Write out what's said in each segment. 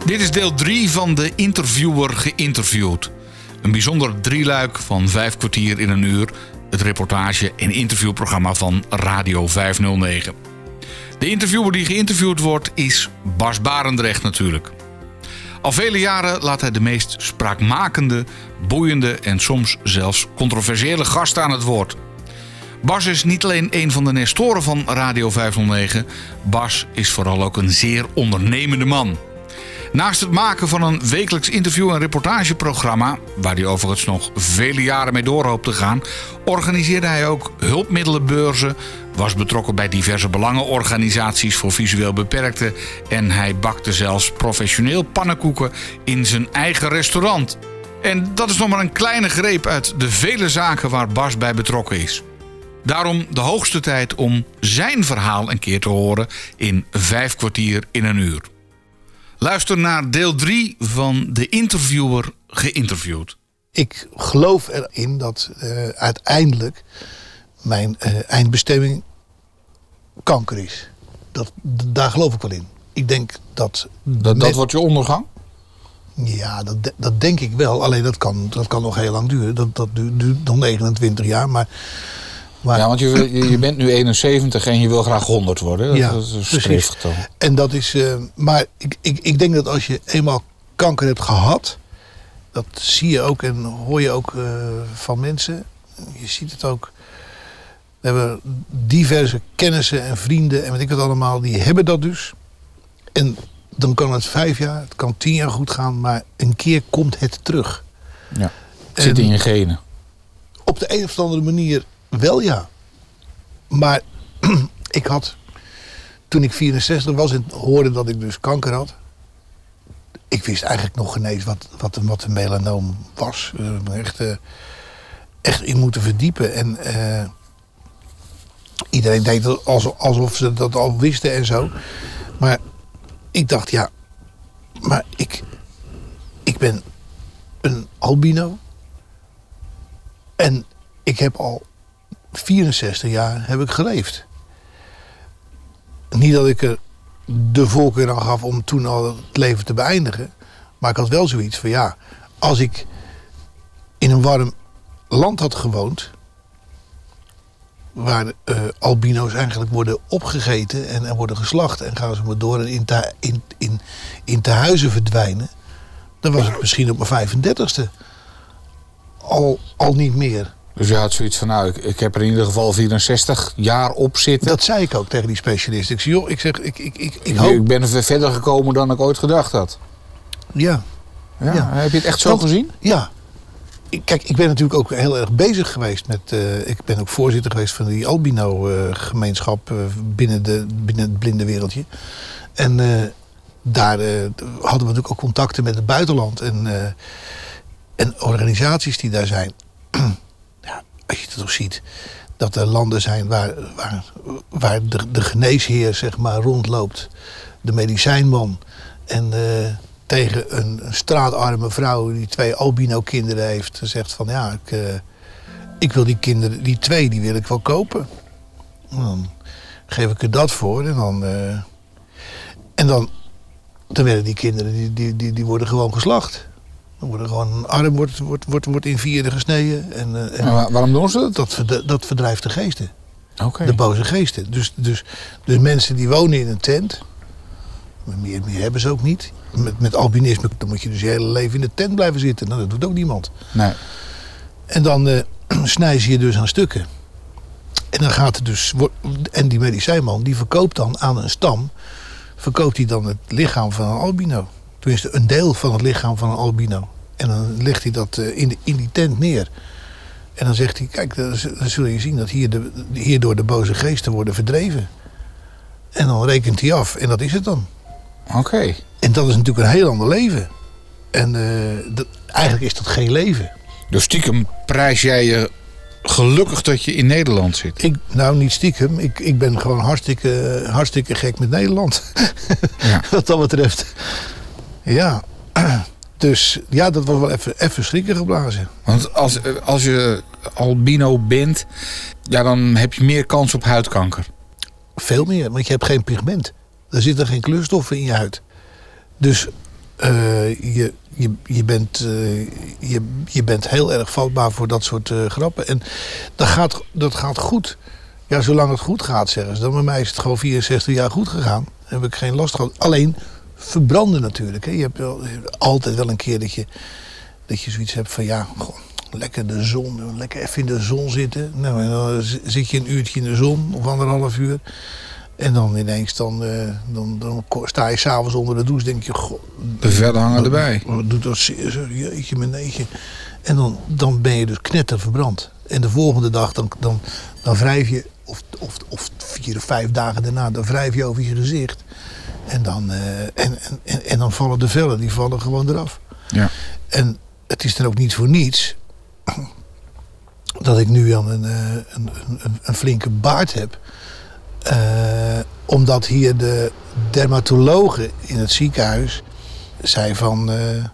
Dit is deel 3 van de interviewer geïnterviewd. Een bijzonder drieluik van 5 kwartier in een uur. Het reportage- en interviewprogramma van Radio 509. De interviewer die geïnterviewd wordt is Bas Barendrecht natuurlijk. Al vele jaren laat hij de meest spraakmakende, boeiende en soms zelfs controversiële gasten aan het woord. Bas is niet alleen een van de nestoren van Radio 509. Bas is vooral ook een zeer ondernemende man. Naast het maken van een wekelijks interview- en reportageprogramma, waar hij overigens nog vele jaren mee door hoopt te gaan, organiseerde hij ook hulpmiddelenbeurzen, was betrokken bij diverse belangenorganisaties voor visueel beperkten en hij bakte zelfs professioneel pannenkoeken in zijn eigen restaurant. En dat is nog maar een kleine greep uit de vele zaken waar Bas bij betrokken is. Daarom de hoogste tijd om zijn verhaal een keer te horen in 5 kwartier in een uur. Luister naar deel 3 van de interviewer geïnterviewd. Ik geloof erin dat uiteindelijk mijn eindbestemming kanker is. Daar geloof ik wel in. Ik denk dat... Dat wordt je ondergang? Ja, dat denk ik wel. Alleen dat kan nog heel lang duren. Dat duurt nog 29 jaar. Maar ja, want je bent nu 71 en je wil graag 100 worden. Ja, dat is een precies. streefgetal. En dat is... maar ik denk dat als je eenmaal kanker hebt gehad... Dat zie je ook en hoor je ook van mensen. Je ziet het ook. We hebben diverse kennissen en vrienden en weet ik wat allemaal. Die hebben dat dus. En dan kan het 5 jaar, het kan 10 jaar goed gaan. Maar een keer komt het terug. Ja, het zit in je genen. Op de een of andere manier wel, ja. Maar ik had, toen ik 64 was en hoorde dat ik dus kanker had. Ik wist eigenlijk nog geen eens wat een melanoom was. Echt in moeten verdiepen. En iedereen deed het alsof ze dat al wisten en zo. Maar ik dacht, ja, maar ik ben een albino. En ik heb al 64 jaar heb ik geleefd. Niet dat ik er de voorkeur aan gaf om toen al het leven te beëindigen. Maar ik had wel zoiets van ja, als ik in een warm land had gewoond, waar albino's eigenlijk worden opgegeten en worden geslacht en gaan ze maar door en in tehuizen verdwijnen, dan was het misschien op mijn 35ste al niet meer. Dus je had zoiets van, nou, ik heb er in ieder geval 64 jaar op zitten. Dat zei ik ook tegen die specialist. Ik zei, joh, ik hoop... Ik ben er verder gekomen dan ik ooit gedacht had. Ja. Ja. Heb je het echt zo gezien? Ja. Kijk, ik ben natuurlijk ook heel erg bezig geweest met... ik ben ook voorzitter geweest van die albino-gemeenschap binnen het blinde wereldje. En daar hadden we natuurlijk ook contacten met het buitenland. En organisaties die daar zijn... Als je het toch ziet, dat er landen zijn waar de geneesheer zeg maar rondloopt. De medicijnman. En tegen een straatarme vrouw die 2 albino kinderen heeft. Zegt van ja, ik wil die kinderen, die 2, die wil ik wel kopen. En dan geef ik er dat voor. En dan werden die kinderen, die worden gewoon geslacht. Dan wordt gewoon een arm wordt in 4 gesneden. Maar waarom doen ze dat? Dat verdrijft de geesten. Okay. De boze geesten. Dus mensen die wonen in een tent. Meer hebben ze ook niet. Met albinisme dan moet je dus je hele leven in de tent blijven zitten. Nou, dat doet ook niemand. Nee. En dan snijden ze je dus aan stukken. En dan gaat het dus... En die medicijnman die verkoopt dan aan een stam... verkoopt hij dan het lichaam van een albino. Tenminste, een deel van het lichaam van een albino. En dan legt hij dat in die tent neer. En dan zegt hij, kijk, dan zul je zien dat hierdoor de boze geesten worden verdreven. En dan rekent hij af. En dat is het dan. Oké. En dat is natuurlijk een heel ander leven. En eigenlijk is dat geen leven. Dus stiekem prijs jij je gelukkig dat je in Nederland zit? Nou, niet stiekem. Ik ben gewoon hartstikke gek met Nederland. Ja. Wat dat betreft. Ja. Dus ja, dat was wel even schrikken geblazen. Want als je albino bent, ja, dan heb je meer kans op huidkanker. Veel meer, want je hebt geen pigment. Er zitten geen kleurstoffen in je huid. Dus Je bent heel erg vatbaar voor dat soort grappen. En dat gaat goed. Ja, zolang het goed gaat, zeggen ze. Dan bij mij is het gewoon 64 jaar goed gegaan. Dan heb ik geen last gehad. Alleen verbranden natuurlijk. Hè. Je hebt altijd wel een keer dat je zoiets hebt van ja, goh, lekker de zon, lekker even in de zon zitten. Nou, en dan zit je een uurtje in de zon of 1,5 uur. En dan ineens dan sta je s'avonds onder de douche, denk je, goh, De vellen hangen erbij. Wat doet dat zeer, jeetje meneetje. En dan ben je dus knetter verbrand. En de volgende dag dan wrijf je, of 4 of 5 dagen daarna, dan wrijf je over je gezicht. En dan vallen de vellen, die vallen gewoon eraf. Ja. En het is dan ook niet voor niets dat ik nu al een flinke baard heb. Omdat hier de dermatologe in het ziekenhuis zei van...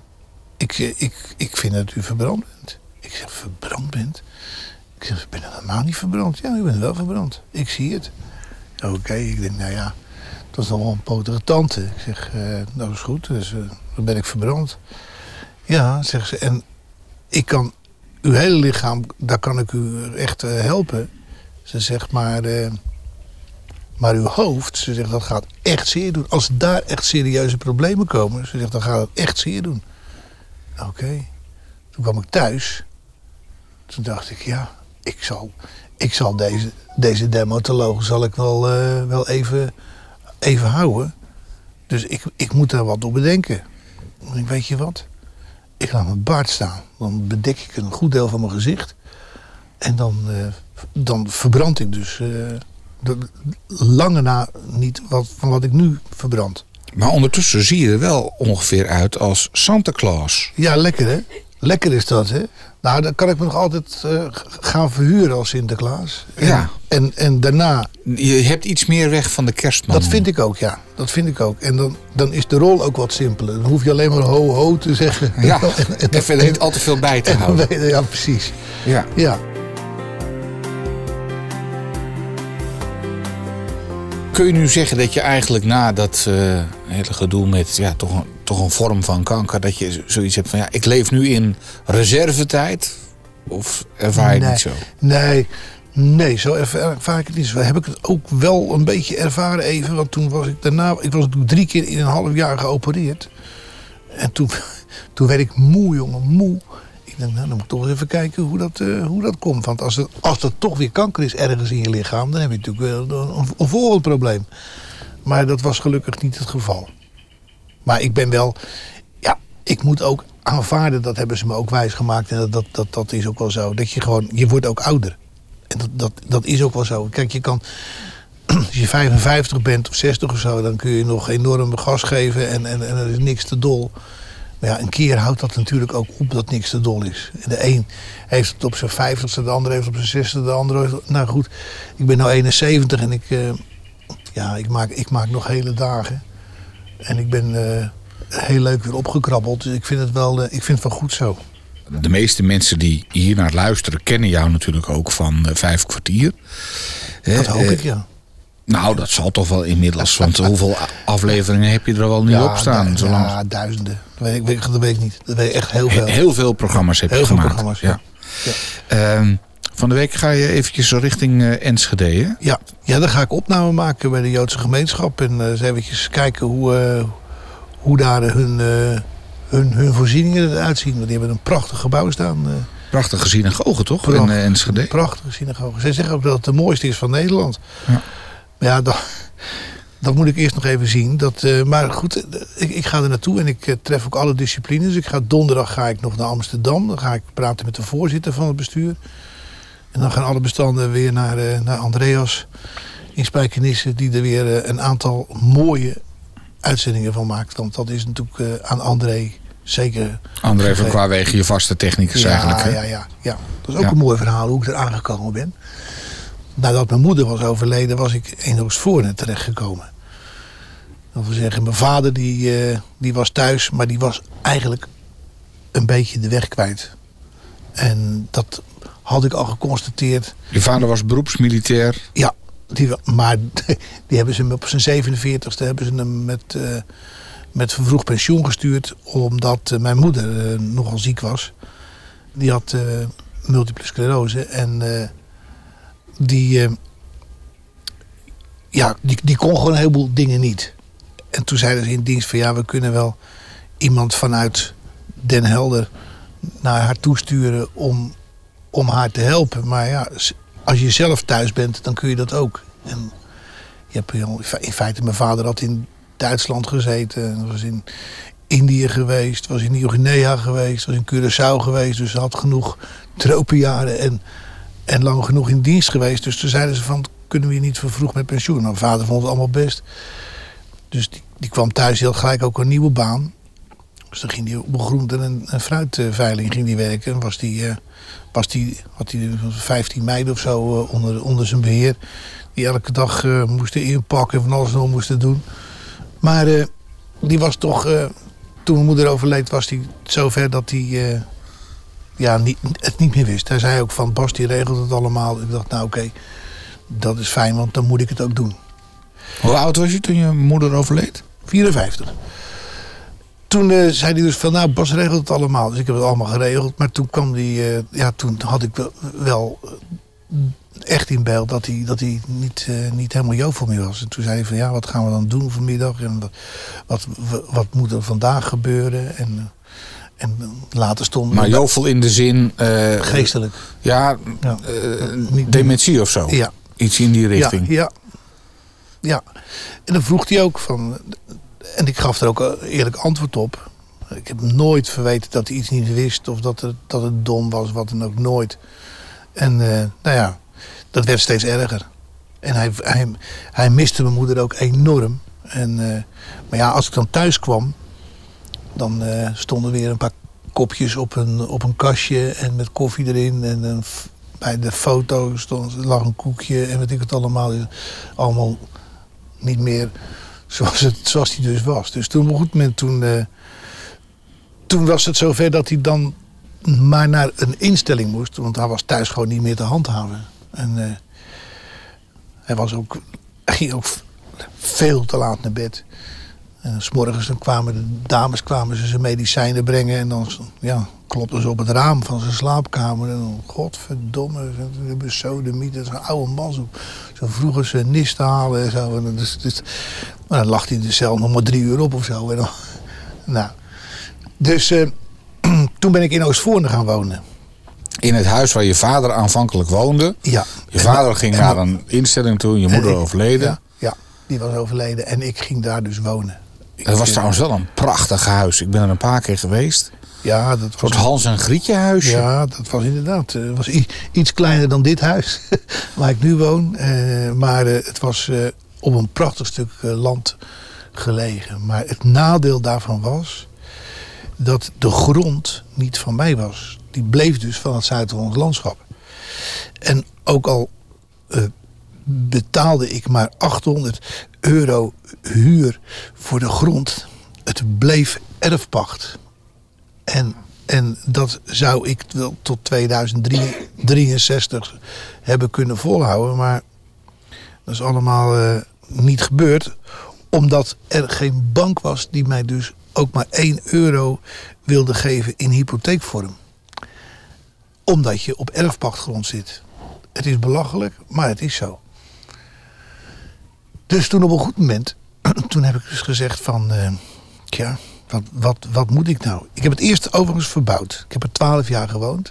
Ik vind dat u verbrand bent. Ik zeg, verbrand bent? Ik zeg, ik ben helemaal niet verbrand. Ja, u bent wel verbrand. Ik zie het. Oké, ik denk, nou ja, dat is nog wel een potige tante. Ik zeg, dat is goed, dus dan ben ik verbrand. Ja, zegt ze, en ik kan uw hele lichaam, daar kan ik u echt helpen. Ze zegt, maar uw hoofd, ze zegt, dat gaat echt zeer doen. Als daar echt serieuze problemen komen, ze zegt, dan gaat het echt zeer doen. Oké. Toen kwam ik thuis. Toen dacht ik, ja, ik zal deze dermatoloog zal ik wel even houden. Dus ik moet daar wat op bedenken. En ik weet je wat? Ik laat mijn baard staan. Dan bedek ik een goed deel van mijn gezicht. En dan verbrand ik dus lange na niet van wat ik nu verbrand. Maar ondertussen zie je er wel ongeveer uit als Santa Claus. Ja, lekker hè? Lekker is dat hè? Nou, dan kan ik me nog altijd gaan verhuren als Sinterklaas. Ja. En daarna... Je hebt iets meer weg van de kerstman. Dat vind ik ook, ja. Dat vind ik ook. En dan is de rol ook wat simpeler. Dan hoef je alleen maar ho ho te zeggen. Ja, en verder niet al te veel bij te houden. Ja, precies. Ja. Kun je nu zeggen dat je eigenlijk na dat hele gedoe met toch een vorm van kanker... dat je zoiets hebt van ja, ik leef nu in reservetijd? Of ervaar je het niet zo? Nee, zo ervaar ik het niet. Zo heb ik het ook wel een beetje ervaren even. Want toen was ik daarna... Ik was natuurlijk 3 keer in een half jaar geopereerd. En toen werd ik moe, jongen, moe. Ik denk, nou, dan moet ik toch eens even kijken hoe dat komt. Want als er toch weer kanker is ergens in je lichaam... dan heb je natuurlijk wel een volgend probleem. Maar dat was gelukkig niet het geval. Maar ik ben wel... Ja, ik moet ook aanvaarden, dat hebben ze me ook wijsgemaakt. En dat is ook wel zo. Dat je wordt ook ouder. En dat is ook wel zo. Kijk, je kan... Als je 55 bent of 60 of zo... dan kun je nog enorm gas geven en er is niks te dol... Maar ja, een keer houdt dat natuurlijk ook op dat niks te dol is. En de een heeft het op zijn 50ste, de ander heeft het op zijn 60ste, de andere... Nou goed, ik ben nu 71 en ik maak nog hele dagen. En ik ben heel leuk weer opgekrabbeld. Dus ik vind het wel goed zo. De meeste mensen die hier naar luisteren kennen jou natuurlijk ook van 5 kwartier. Dat hoop ik, ja. Nou, dat zal toch wel inmiddels. Want hoeveel afleveringen heb je er wel niet op staan? Ja, duizenden. Dat weet ik niet. Dat weet ik echt heel veel. Heel veel programma's heb je gemaakt. Heel veel programma's, ja. Van de week ga je eventjes richting Enschede, hè? Ja, dan ga ik opname maken bij de Joodse gemeenschap. En eens eventjes kijken hoe daar hun voorzieningen eruit zien. Want die hebben een prachtig gebouw staan. Prachtige synagoge, toch? In Enschede. Prachtige synagoge. Zij zeggen ook dat het de mooiste is van Nederland. Ja. Ja, dat moet ik eerst nog even zien. Maar goed, ik ga er naartoe en ik tref ook alle disciplines. Donderdag ga ik nog naar Amsterdam. Dan ga ik praten met de voorzitter van het bestuur. En dan gaan alle bestanden weer naar Andreas in Spijkenisse... die er weer een aantal mooie uitzendingen van maakt. Want dat is natuurlijk aan André zeker... André van Kwaawegen, je vaste technicus eigenlijk. Hè? Ja. Dat is ook een mooi verhaal hoe ik er aangekomen ben. Nadat mijn moeder was overleden, was ik in Oostvoorne terechtgekomen. Dat wil zeggen, mijn vader die was thuis, maar die was eigenlijk een beetje de weg kwijt. En dat had ik al geconstateerd. Je vader was beroepsmilitair? Ja, maar die hebben ze hem op zijn 47ste hebben ze hem met vervroegd pensioen gestuurd. Omdat mijn moeder nogal ziek was. Die had multiple sclerose. En die kon gewoon een heleboel dingen niet. En toen zeiden ze in dienst van ja, we kunnen wel iemand vanuit Den Helder naar haar toesturen om haar te helpen. Maar ja, als je zelf thuis bent, dan kun je dat ook. En je hebt in feite, mijn vader had in Duitsland gezeten, was in Indië geweest, was in Nieuw-Guinea geweest, was in Curaçao geweest. Dus ze had genoeg tropenjaren en lang genoeg in dienst geweest. Dus toen zeiden ze van, kunnen we je niet vervroegd met pensioen? Nou, mijn vader vond het allemaal best. Dus die kwam thuis, die had gelijk ook een nieuwe baan. Dus dan ging hij op een groente- en fruitveiling ging die werken. En had hij 15 meiden of zo onder zijn beheer. Die elke dag moesten inpakken en van alles nog moesten doen. Maar die was toch, toen mijn moeder overleed, was hij zover dat hij het niet meer wist. Hij zei ook van, Bas die regelt het allemaal. Ik dacht, nou oké, dat is fijn, want dan moet ik het ook doen. Hoe oud was je toen je moeder overleed? 54. Toen zei hij dus van, nou, Bas regelt het allemaal. Dus ik heb het allemaal geregeld. Maar toen kwam die, toen had ik wel echt in beeld dat hij niet helemaal jovel meer was. En toen zei hij van, ja, wat gaan we dan doen vanmiddag? En wat moet er vandaag gebeuren? En later stonden... Maar jovel in de zin... geestelijk. Ja, dementie of zo? Ja. Iets in die richting? Ja. En dan vroeg hij ook van... En ik gaf er ook eerlijk antwoord op. Ik heb nooit verweten dat hij iets niet wist. Of dat het dom was, wat dan ook, nooit. En dat werd steeds erger. En hij miste mijn moeder ook enorm. Maar ja, als ik dan thuis kwam... Dan stonden weer een paar kopjes op een kastje. En met koffie erin. En bij de foto lag een koekje. En weet ik het allemaal. Allemaal niet meer... Zoals hij dus was. Dus toen op een goed moment, toen was het zover dat hij dan maar naar een instelling moest. Want hij was thuis gewoon niet meer te handhaven. En hij ging ook veel te laat naar bed. En 's morgens dan kwamen de dames ze zijn medicijnen brengen. En dan klopten ze op het raam van zijn slaapkamer. En dan, godverdomme, besodemiet, dat is een oude man. Zo vroegen ze nis te halen en zo. En maar dan lag hij er zelf nog maar 3 uur op of zo. En dan, Dus toen ben ik in Oostvoorne gaan wonen. In het huis waar je vader aanvankelijk woonde? Ja. Je vader ging naar een instelling toe, je moeder overleden? Ja, die was overleden en ik ging daar dus wonen. Het was trouwens wel een prachtig huis. Ik ben er een paar keer geweest. Ja, dat was een soort Hans en Grietje huisje. Ja, dat was inderdaad. Het was iets kleiner dan dit huis waar ik nu woon. Maar het was op een prachtig stuk land gelegen. Maar het nadeel daarvan was dat de grond niet van mij was. Die bleef dus van het Zuid-Hollands landschap. En ook al betaalde ik maar €800 huur voor de grond. Het bleef erfpacht. En dat zou ik wel tot 2063 hebben kunnen volhouden. Maar dat is allemaal niet gebeurd. Omdat er geen bank was die mij dus ook maar €1 wilde geven in hypotheekvorm. Omdat je op erfpachtgrond zit. Het is belachelijk, maar het is zo. Dus toen op een goed moment, toen heb ik dus gezegd van... Wat moet ik nou? Ik heb het eerst overigens verbouwd. Ik heb er 12 jaar gewoond.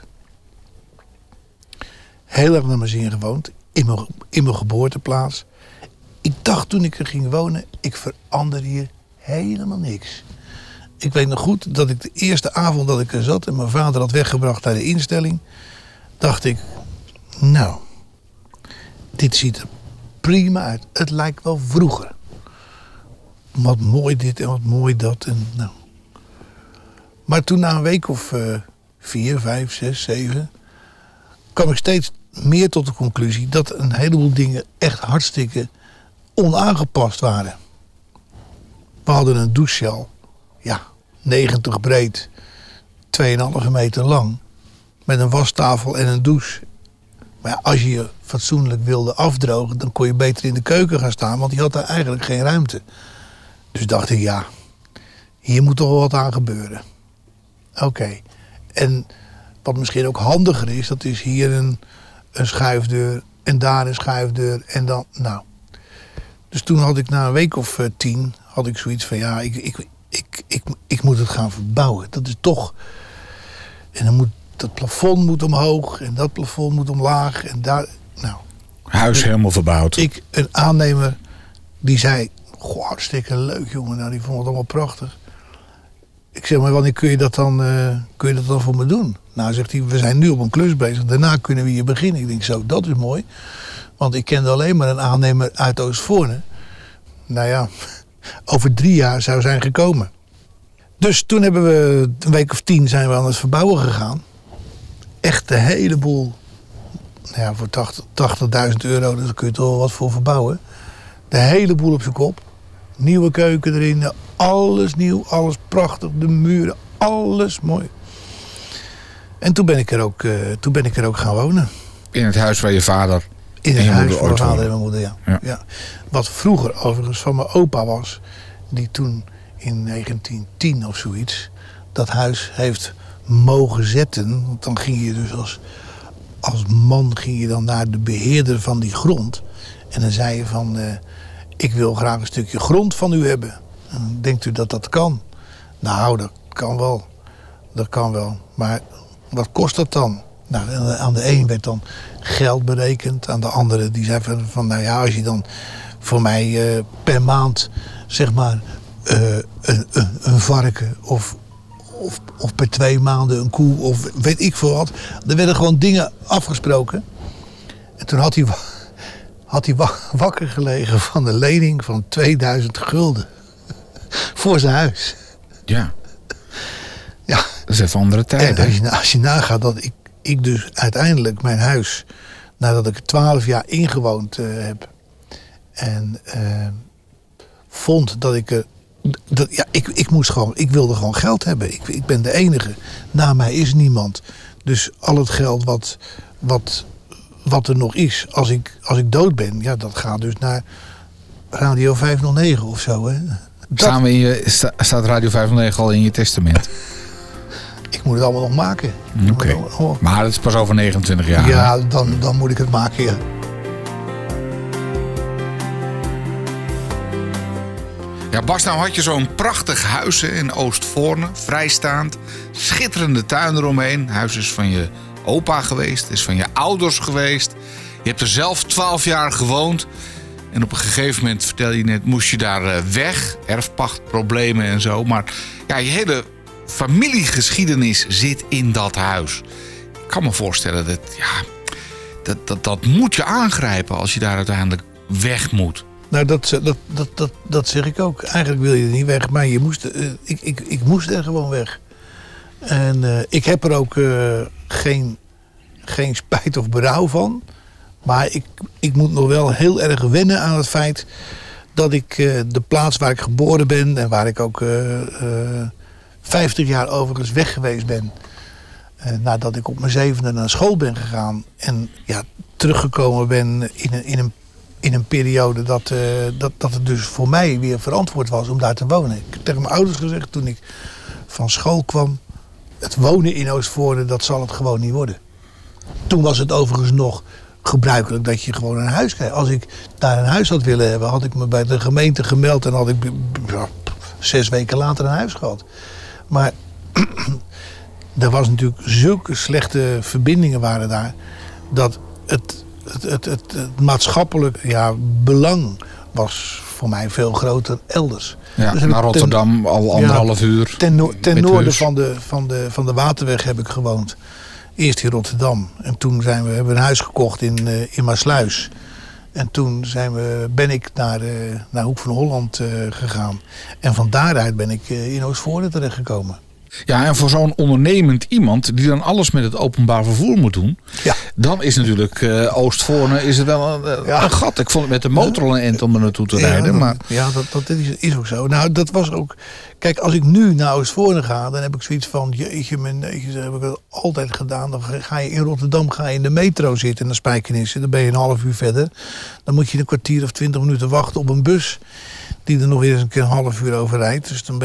Heel erg naar mijn zin gewoond. In mijn geboorteplaats. Ik dacht toen ik er ging wonen, ik verander hier helemaal niks. Ik weet nog goed dat ik de eerste avond dat ik er zat en mijn vader had weggebracht naar de instelling, dacht ik, nou, dit ziet er prima uit. Het lijkt wel vroeger. Wat mooi dit en wat mooi dat. En, nou. Maar toen na een week of 4, 5, 6, 7... kwam ik steeds meer tot de conclusie dat een heleboel dingen echt hartstikke onaangepast waren. We hadden een douchecel. 90 breed. 2,5 meter lang. Met een wastafel en een douche. Maar ja, als je je fatsoenlijk wilde afdrogen, dan kon je beter in de keuken gaan staan. Want die had daar eigenlijk geen ruimte. Dus dacht ik, hier moet toch wel wat aan gebeuren. Oké. En wat misschien ook handiger is, dat is hier een schuifdeur en daar een schuifdeur en dan, nou. Dus toen had ik na een week of 10, had ik zoiets van, ja, ik moet het gaan verbouwen. Dat is toch, en dan moet, dat plafond moet omhoog en dat plafond moet omlaag en daar, nou. Huis helemaal verbouwd. Een aannemer, die zei, goh, hartstikke leuk jongen, nou die vond het allemaal prachtig. Ik zeg, maar wanneer kun je dat dan voor me doen? Nou, zegt hij, we zijn nu op een klus bezig. Daarna kunnen we hier beginnen. Ik denk zo, dat is mooi. Want ik kende alleen maar een aannemer uit Oostvoorne. Nou ja, over 3 jaar zou zijn gekomen. Dus toen hebben we een week of 10 zijn we aan het verbouwen gegaan. Echt de hele boel. Nou ja, voor €80.000, daar kun je toch wel wat voor verbouwen. De hele boel op zijn kop. Nieuwe keuken erin, alles nieuw, alles prachtig, de muren, alles mooi. En toen ben ik er ook gaan wonen. In het huis waar je vader in en het je huis moeder van mijn ooit vader woonde. en mijn moeder, ja. Ja. Ja. Wat vroeger overigens van mijn opa was, die toen in 1910 of zoiets dat huis heeft mogen zetten. Want dan ging je dus als man ging je dan naar de beheerder van die grond. En dan zei je van, ik wil graag een stukje grond van u hebben. En denkt u dat dat kan? Nou, dat kan wel. Dat kan wel. Maar wat kost dat dan? Nou, aan de een werd dan geld berekend. Aan de andere die zei van nou ja, als je dan voor mij per maand zeg maar een varken of per 2 maanden een koe of weet ik veel wat. Er werden gewoon dingen afgesproken. En toen had hij wakker gelegen van een lening van 2000 gulden. Voor zijn huis. Ja. Ja. Dat is even andere tijden. En als je nagaat dat ik dus uiteindelijk mijn huis, nadat ik er 12 jaar ingewoond heb. En vond dat ik er. Ik wilde gewoon geld hebben. Ik ben de enige. Na mij is niemand. Dus al het geld wat er nog is, als ik dood ben, ja, dat gaat dus naar Radio 509 of zo. Hè. Staat Radio 509 al in je testament? Ik moet het allemaal nog maken. Oké. Maar dat is pas over 29 jaar. Ja, dan moet ik het maken, ja. Ja, Bas, nou had je zo'n prachtig huis in Oostvoorne, vrijstaand. Schitterende tuin eromheen. Huis is van je opa geweest, is van je ouders geweest. Je hebt er zelf 12 jaar gewoond. En op een gegeven moment, vertel je net, moest je daar weg. Erfpachtproblemen en zo. Maar ja, je hele familiegeschiedenis zit in dat huis. Ik kan me voorstellen dat moet je aangrijpen als je daar uiteindelijk weg moet. Nou, dat zeg ik ook. Eigenlijk wil je er niet weg, maar ik moest er gewoon weg. En ik heb er ook geen spijt of berouw van. Maar ik moet nog wel heel erg wennen aan het feit dat ik de plaats waar ik geboren ben en waar ik ook 50 jaar overigens weg geweest ben. Nadat ik op mijn 7e naar school ben gegaan en ja, teruggekomen ben in een periode dat het dus voor mij weer verantwoord was om daar te wonen. Ik heb tegen mijn ouders gezegd toen ik van school kwam, het wonen in Oostvoorne, dat zal het gewoon niet worden. Toen was het overigens nog gebruikelijk dat je gewoon een huis krijgt. Als ik daar een huis had willen hebben, had ik me bij de gemeente gemeld en had ik 6 weken later een huis gehad. Maar er was natuurlijk zulke slechte verbindingen waren daar, dat het maatschappelijk belang was voor mij veel groter elders. Ja, dus naar Rotterdam al 1,5 uur. Ten noorden van de Waterweg heb ik gewoond. Eerst in Rotterdam. En toen hebben we een huis gekocht in Maasluis. En toen ben ik naar Hoek van Holland gegaan. En van daaruit ben ik in Oostvoorne terechtgekomen. Ja, en voor zo'n ondernemend iemand die dan alles met het openbaar vervoer moet doen, ja, dan is natuurlijk Oostvoorne is het wel een gat. Ik vond het met de motor al een end om er naartoe te rijden. Maar ja, dat is ook zo. Nou, dat was ook. Kijk, als ik nu naar Oostvoorne ga, dan heb ik zoiets van, jeetje, mijn neetjes, dat heb ik dat altijd gedaan. Dan ga je in Rotterdam in de metro zitten naar Spijkenisse. Dan ben je een half uur verder. Dan moet je een kwartier of 20 minuten wachten op een bus die er nog eens een keer een half uur over rijdt. Dus dan ben je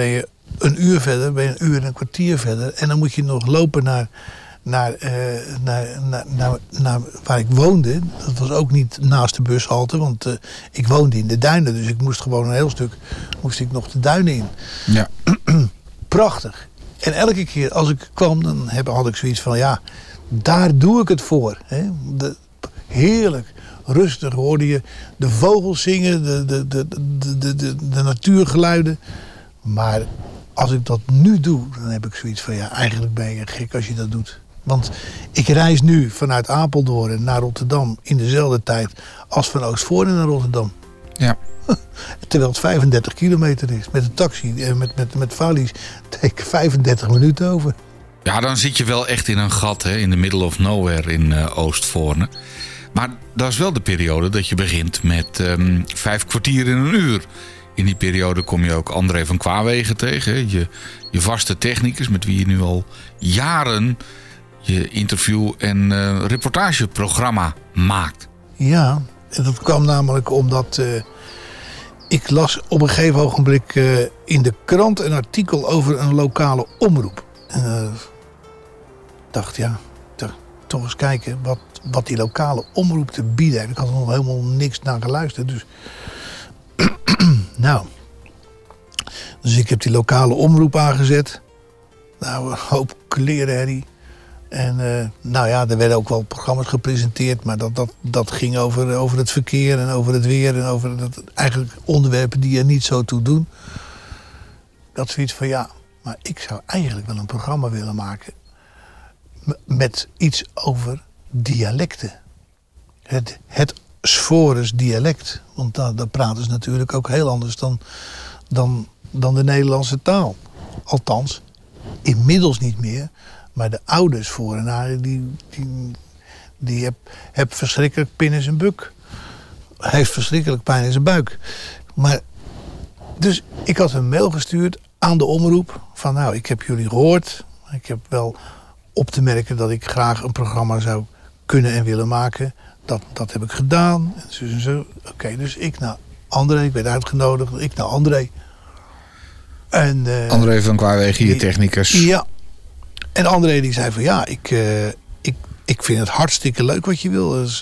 een uur verder, ben je een uur en een kwartier verder. En dan moet je nog lopen naar waar ik woonde. Dat was ook niet naast de bushalte, want ik woonde in de duinen. Dus ik moest gewoon een heel stuk nog de duinen in. Ja. Prachtig. En elke keer als ik kwam, dan had ik zoiets van, ja, daar doe ik het voor. Hè? Heerlijk. Rustig hoorde je de vogels zingen, de natuurgeluiden. Maar als ik dat nu doe, dan heb ik zoiets van, ja, eigenlijk ben je gek als je dat doet. Want ik reis nu vanuit Apeldoorn naar Rotterdam in dezelfde tijd als van Oostvoorne naar Rotterdam. Ja. Terwijl het 35 kilometer is. Met een taxi, met valies, take 35 minuten over. Ja, dan zit je wel echt in een gat, hè, in the middle of nowhere in Oostvoorne. Maar dat is wel de periode dat je begint met 5 kwartier in een uur. In die periode kom je ook André van Kwaawegen tegen. Hè? Je vaste technicus met wie je nu al jaren je interview- en reportageprogramma maakt. Ja, en dat kwam namelijk omdat ik las op een gegeven ogenblik in de krant een artikel over een lokale omroep. En dacht, ja, toch eens kijken wat die lokale omroep te bieden heeft. Ik had er nog helemaal niks naar geluisterd. Dus ik heb die lokale omroep aangezet. Nou, een hoop klerenherrie. En er werden ook wel programma's gepresenteerd. Maar dat ging over het verkeer en over het weer. En over eigenlijk onderwerpen die er niet zo toe doen. Dat zoiets van, ja, maar ik zou eigenlijk wel een programma willen maken. Met iets over dialecten. Het Sfores dialect. Want daar praten ze natuurlijk ook heel anders dan de Nederlandse taal. Althans, inmiddels niet meer. Maar de oude Sforenaren, die heeft verschrikkelijk pijn in zijn buik. Hij heeft verschrikkelijk pijn in zijn buik. Maar, dus ik had een mail gestuurd aan de omroep. Van nou, ik heb jullie gehoord. Ik heb wel op te merken dat ik graag een programma zou kunnen en willen maken. Dat heb ik gedaan. En zo. Oké, dus ik naar André. Ik werd uitgenodigd. Ik naar André. En, André van Kwaawegen, je technicus. Ja. En André die zei van ja, ik vind het hartstikke leuk wat je wil. Dus,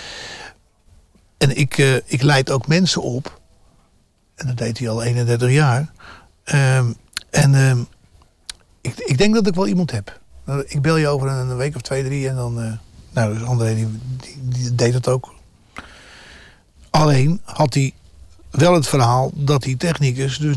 en ik leid ook mensen op. En dat deed hij al 31 jaar. Ik denk dat ik wel iemand heb. Ik bel je over een week of 2, 3 en dan... dus André die deed het ook. Alleen had hij wel het verhaal dat die technicus dus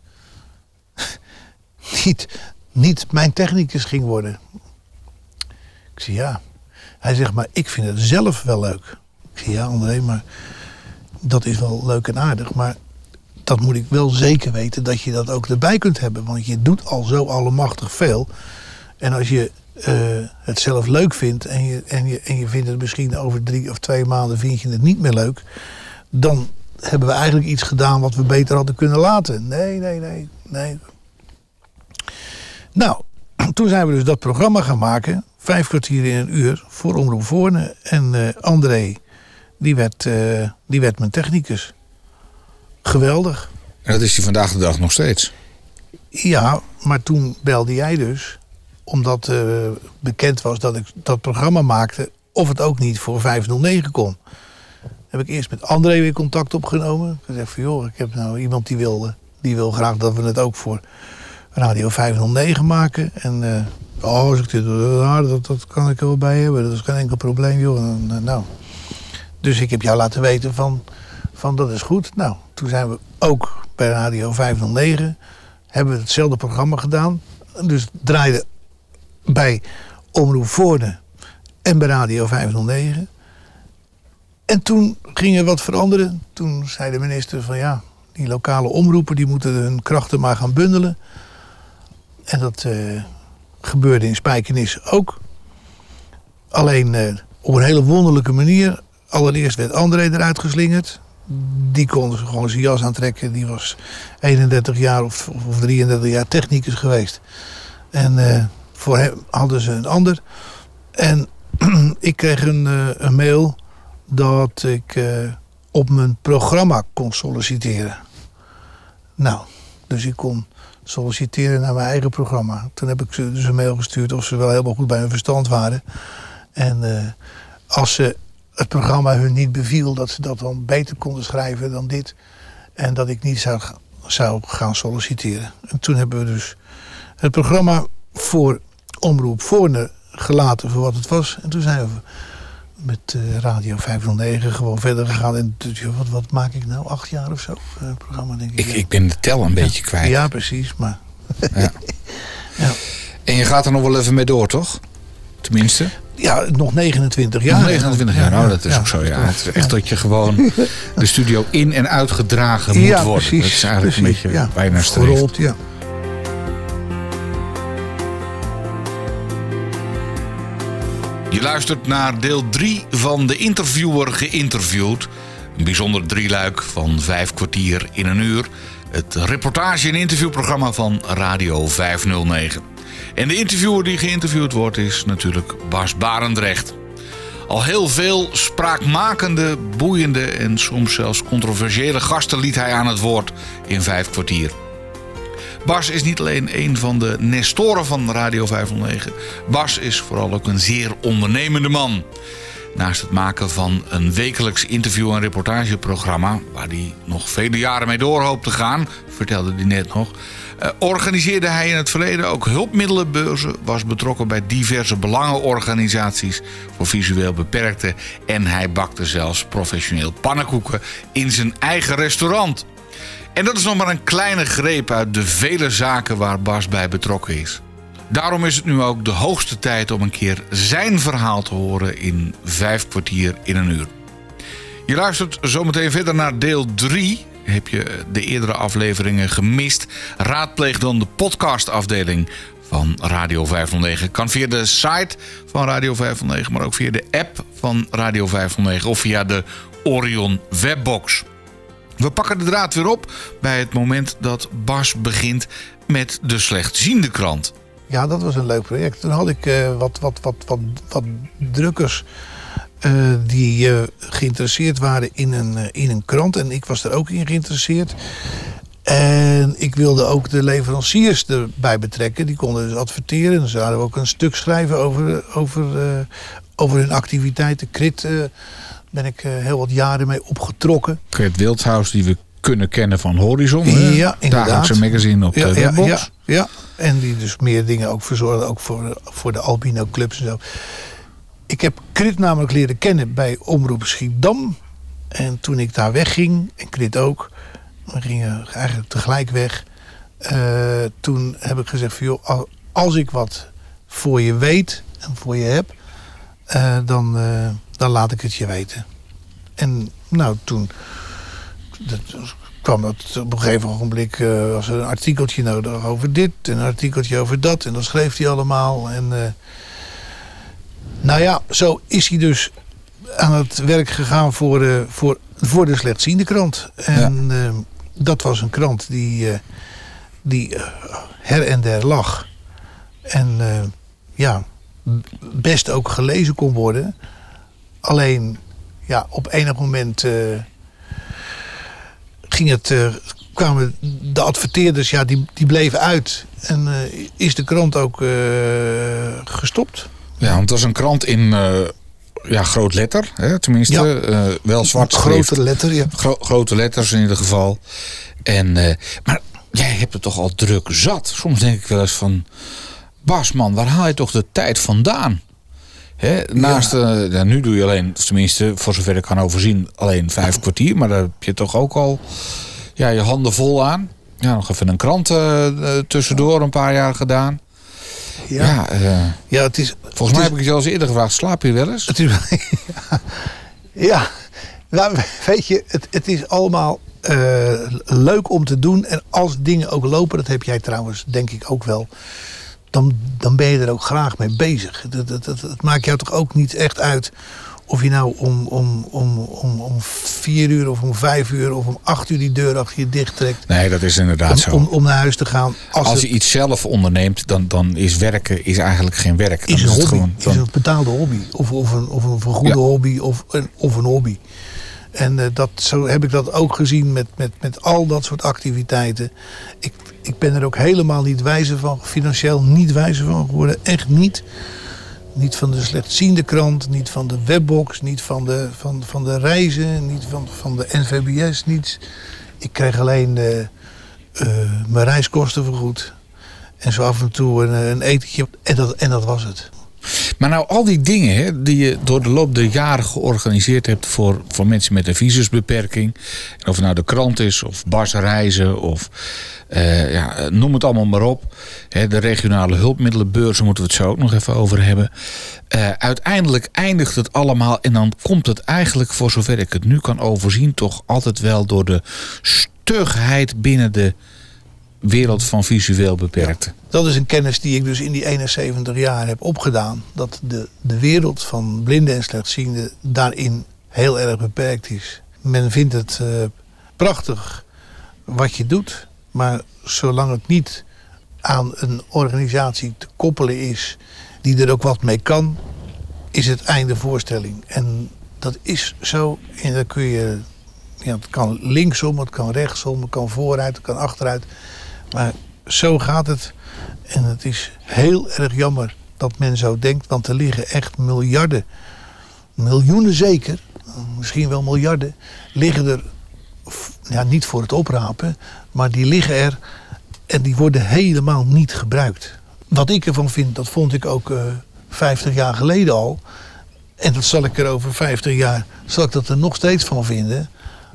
niet mijn technicus ging worden. Ik zei ja. Hij zegt maar ik vind het zelf wel leuk. Ik zei ja André, maar dat is wel leuk en aardig. Maar dat moet ik wel zeker weten dat je dat ook erbij kunt hebben. Want je doet al zo allemachtig veel. En als je het zelf leuk vindt en je vindt het misschien over 3 of 2 maanden vind je het niet meer leuk, dan hebben we eigenlijk iets gedaan wat we beter hadden kunnen laten. Nee. Nou, toen zijn we dus dat programma gaan maken. 5 kwartier in een uur voor Omroep Voorne. En André, die werd mijn technicus. Geweldig. En dat is hij vandaag de dag nog steeds. Ja, maar toen belde jij dus, omdat bekend was dat ik dat programma maakte, of het ook niet voor 509 kon. Heb ik eerst met André weer contact opgenomen. Ik zei van joh, ik heb nou iemand die wil graag dat we het ook voor Radio 509 maken. En als ik dat kan ik er wel bij hebben. Dat is geen enkel probleem, joh. En, nou. Dus ik heb jou laten weten van dat is goed. Nou, toen zijn we ook bij Radio 509. Hebben we hetzelfde programma gedaan. Dus draaiden bij Omroep Voorne en bij Radio 509. En toen ging er wat veranderen. Toen zei de minister van ja, die lokale omroepen die moeten hun krachten maar gaan bundelen. En dat gebeurde in Spijkenisse ook. Alleen op een hele wonderlijke manier. Allereerst werd André eruit geslingerd. Die kon gewoon zijn jas aantrekken. Die was 31 jaar of 33 jaar technicus geweest. En voor hem hadden ze een ander. En ik kreeg een mail dat ik op mijn programma kon solliciteren. Nou, dus ik kon solliciteren naar mijn eigen programma. Toen heb ik ze dus een mail gestuurd of ze wel helemaal goed bij hun verstand waren. En als ze het programma hun niet beviel, dat ze dat dan beter konden schrijven dan dit. En dat ik niet zou gaan solliciteren. En toen hebben we dus het programma voor Omroep Voorne gelaten voor wat het was. En toen zijn we met Radio 509 gewoon verder gegaan. En wat maak ik nou? 8 jaar of zo? Programma, denk ik. Ik ben de tel een beetje kwijt. Ja, precies. Maar ja. Ja. En je gaat er nog wel even mee door, toch? Tenminste. Ja, nog 29 jaar. Nog 29 jaar, nou dat is ook zo. Ja. Het is echt dat je gewoon de studio in- en uitgedragen moet worden. Precies, dat is eigenlijk een beetje bijna streeft. Gerold, ja. Je luistert naar deel 3 van De Interviewer geïnterviewd. Een bijzonder drieluik van 5 kwartier in een uur. Het reportage- en interviewprogramma van Radio 509. En de interviewer die geïnterviewd wordt is natuurlijk Bas Barendrecht. Al heel veel spraakmakende, boeiende en soms zelfs controversiële gasten liet hij aan het woord in 5 kwartier. Bas is niet alleen een van de nestoren van Radio 509. Bas is vooral ook een zeer ondernemende man. Naast het maken van een wekelijks interview- en reportageprogramma, waar hij nog vele jaren mee door hoopt te gaan, vertelde hij net nog, organiseerde hij in het verleden ook hulpmiddelenbeurzen, was betrokken bij diverse belangenorganisaties voor visueel beperkten en hij bakte zelfs professioneel pannenkoeken in zijn eigen restaurant. En dat is nog maar een kleine greep uit de vele zaken waar Bas bij betrokken is. Daarom is het nu ook de hoogste tijd om een keer zijn verhaal te horen in 5 kwartier in een uur. Je luistert zometeen verder naar deel 3. Heb je de eerdere afleveringen gemist? Raadpleeg dan de podcastafdeling van Radio 509. Kan via de site van Radio 509, maar ook via de app van Radio 509 of via de Orion webbox. We pakken de draad weer op bij het moment dat Bas begint met de slechtziende krant. Ja, dat was een leuk project. Toen had ik wat drukkers die geïnteresseerd waren in een krant. En ik was er ook in geïnteresseerd. En ik wilde ook de leveranciers erbij betrekken. Die konden dus adverteren. En ze hadden ook een stuk schrijven over hun activiteiten. Krit ben ik heel wat jaren mee opgetrokken. Krit Wildhaus, die we kunnen kennen van Horizon. Ja, inderdaad. Dagelijkse magazine op de webbox. Ja. En die dus meer dingen ook verzorgde. Ook voor de albino clubs en zo. Ik heb Krit namelijk leren kennen bij Omroep Schiedam. En toen ik daar wegging, en Krit ook, we gingen eigenlijk tegelijk weg. Toen heb ik gezegd van joh, als ik wat voor je weet en voor je heb, dan laat ik het je weten. En nou, toen kwam dat op een gegeven ogenblik, was er een artikeltje nodig over dit en een artikeltje over dat. En dat schreef hij allemaal. En nou ja, zo is hij dus aan het werk gegaan voor de slechtziende krant. En dat was een krant die her en der lag. En best ook gelezen kon worden. Alleen, ja, op enig moment kwamen de adverteerders, ja, die bleven uit. En is de krant ook gestopt. Ja, want het was een krant in groot letter, hè, tenminste. Wel zwart schrift. Grote letter, ja. Grote letters in ieder geval. En, maar jij hebt het toch al druk zat. Soms denk ik wel eens van, Bas man, waar haal je toch de tijd vandaan? Hè, naast, nu doe je alleen, tenminste voor zover ik kan overzien, alleen 5 kwartier. Maar daar heb je toch ook al je handen vol aan. Ja, nog even een krant tussendoor een paar jaar gedaan. Ja, het is. Volgens mij heb ik je al eens eerder gevraagd, slaap je wel eens? Het is, ja, nou, weet je, het is allemaal leuk om te doen. En als dingen ook lopen, dat heb jij trouwens denk ik ook wel. Dan ben je er ook graag mee bezig. Het maakt jou toch ook niet echt uit of je nou om 4 uur of om 5 uur of om 8 uur die deur achter je dicht trekt. Nee, dat is inderdaad zo. Om naar huis te gaan. Als je iets zelf onderneemt, dan is werken eigenlijk geen werk. Dan is een hobby. Gewoon, is een betaalde hobby. Of een vergoede hobby of een hobby. En zo heb ik dat ook gezien met al dat soort activiteiten. Ik ben er ook helemaal niet wijzer van, financieel niet wijzer van geworden. Echt niet. Niet van de slechtziende krant, niet van de webbox, niet van de reizen, niet van de NVBS, niets. Ik kreeg alleen mijn reiskosten vergoed. En zo af en toe een etentje. En dat was het. Maar nou, al die dingen hè, die je door de loop der jaren georganiseerd hebt voor mensen met een visusbeperking. En of het nou de krant is, of Bas Reizen, of noem het allemaal maar op. Hè, de regionale hulpmiddelenbeurzen moeten we het zo ook nog even over hebben. Uiteindelijk eindigt het allemaal en dan komt het eigenlijk, voor zover ik het nu kan overzien, toch altijd wel door de stugheid binnen de wereld van visueel beperkten. Ja, dat is een kennis die ik dus in die 71 jaar heb opgedaan. Dat de wereld van blinden en slechtzienden daarin heel erg beperkt is. Men vindt het prachtig wat je doet. Maar zolang het niet aan een organisatie te koppelen is die er ook wat mee kan, is het einde voorstelling. En dat is zo. En dan kun je, het kan linksom, het kan rechtsom, het kan vooruit, het kan achteruit. Maar zo gaat het. En het is heel erg jammer dat men zo denkt. Want er liggen echt miljoenen zeker, misschien wel miljarden, liggen er, niet voor het oprapen, maar die liggen er en die worden helemaal niet gebruikt. Wat ik ervan vind, dat vond ik ook 50 jaar geleden al. En dat zal ik er over 50 jaar, zal ik dat er nog steeds van vinden.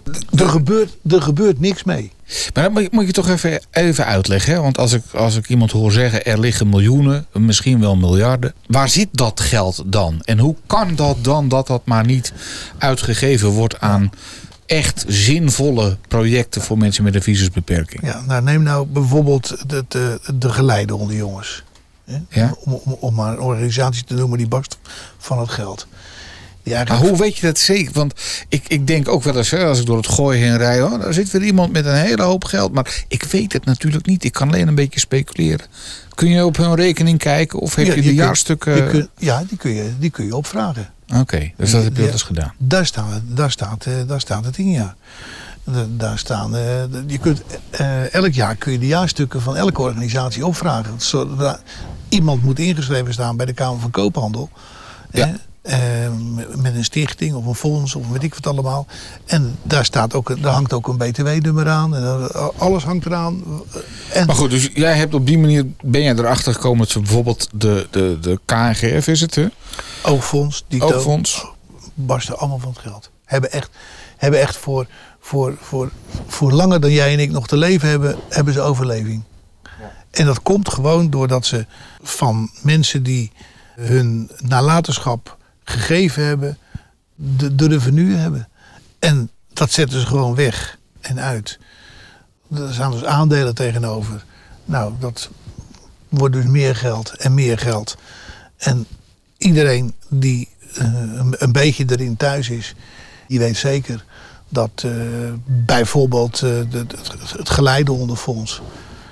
Er gebeurt niks mee. Maar dat moet je toch even uitleggen. Hè? Want als ik iemand hoor zeggen, er liggen miljoenen, misschien wel miljarden. Waar zit dat geld dan? En hoe kan dat dan dat maar niet uitgegeven wordt aan echt zinvolle projecten voor mensen met een visusbeperking? Ja, neem nou bijvoorbeeld de geleideonderjongens. Ja? Om maar een organisatie te noemen die barst van het geld. Maar hoe weet je dat zeker? Want ik denk ook wel eens, als ik door het Gooi heen rijd, daar zit weer iemand met een hele hoop geld. Maar ik weet het natuurlijk niet. Ik kan alleen een beetje speculeren. Kun je op hun rekening kijken of heb je de jaarstukken? Die kun je opvragen. Oké, dus dat heb je dus gedaan. Daar staat het in, ja. Daar staan, je kunt, elk jaar kun je de jaarstukken van elke organisatie opvragen. Iemand moet ingeschreven staan bij de Kamer van Koophandel. Ja. Met een stichting of een fonds of weet ik wat allemaal. En daar hangt ook een btw-nummer aan. En alles hangt eraan. Maar goed, dus jij hebt op die manier, ben jij erachter gekomen dat ze bijvoorbeeld de KNGF is het, hè? Oogfonds. Oogfonds. Barsten allemaal van het geld. Hebben echt voor langer dan jij en ik nog te leven hebben ze overleving. Ja. En dat komt gewoon doordat ze van mensen die hun nalatenschap gegeven hebben, de revenue hebben. En dat zetten ze gewoon weg en uit. Er staan dus aandelen tegenover. Nou, dat wordt dus meer geld en meer geld. En iedereen die een beetje erin thuis is, die weet zeker dat bijvoorbeeld het Geleideonderfonds,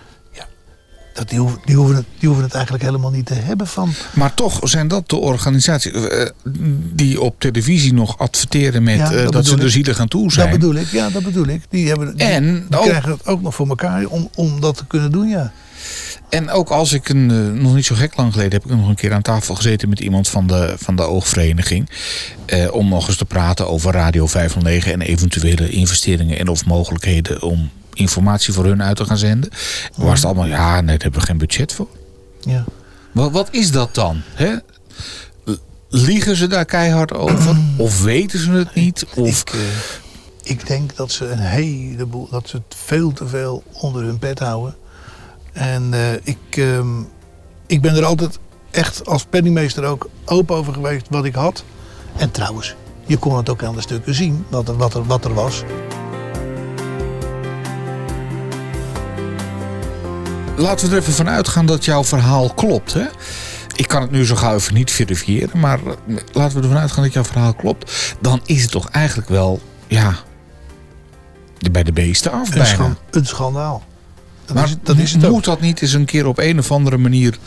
die hoeven het eigenlijk helemaal niet te hebben van. Maar toch zijn dat de organisaties die op televisie nog adverteren met dat ze er zielig aan toe zijn. Dat bedoel ik. Die krijgen het ook nog voor elkaar om dat te kunnen doen, ja. En ook als ik nog niet zo gek lang geleden heb ik nog een keer aan tafel gezeten met iemand van de oogvereniging. Om nog eens te praten over Radio 509 en eventuele investeringen en of mogelijkheden om informatie voor hun uit te gaan zenden. Was het allemaal, daar hebben we geen budget voor. Ja. Wat is dat dan? Hè? Liegen ze daar keihard over? Of weten ze het niet? Of ik denk dat ze dat ze het veel te veel onder hun pet houden. En ik ben er altijd echt als penningmeester ook open over geweest wat ik had. En trouwens, je kon het ook aan de stukken zien wat er was. Laten we er even van uitgaan dat jouw verhaal klopt. Hè? Ik kan het nu zo gauw even niet verifiëren. Maar laten we ervan uitgaan dat jouw verhaal klopt. Dan is het toch eigenlijk wel, bij de beesten af bijna. Een schandaal. Dat is het ook. Moet dat niet eens een keer op een of andere manier.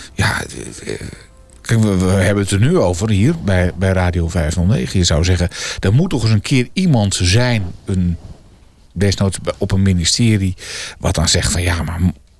Kijk, we hebben het er nu over hier bij Radio 509. Je zou zeggen, er moet toch eens een keer iemand zijn, desnoods op een ministerie, wat dan zegt van maar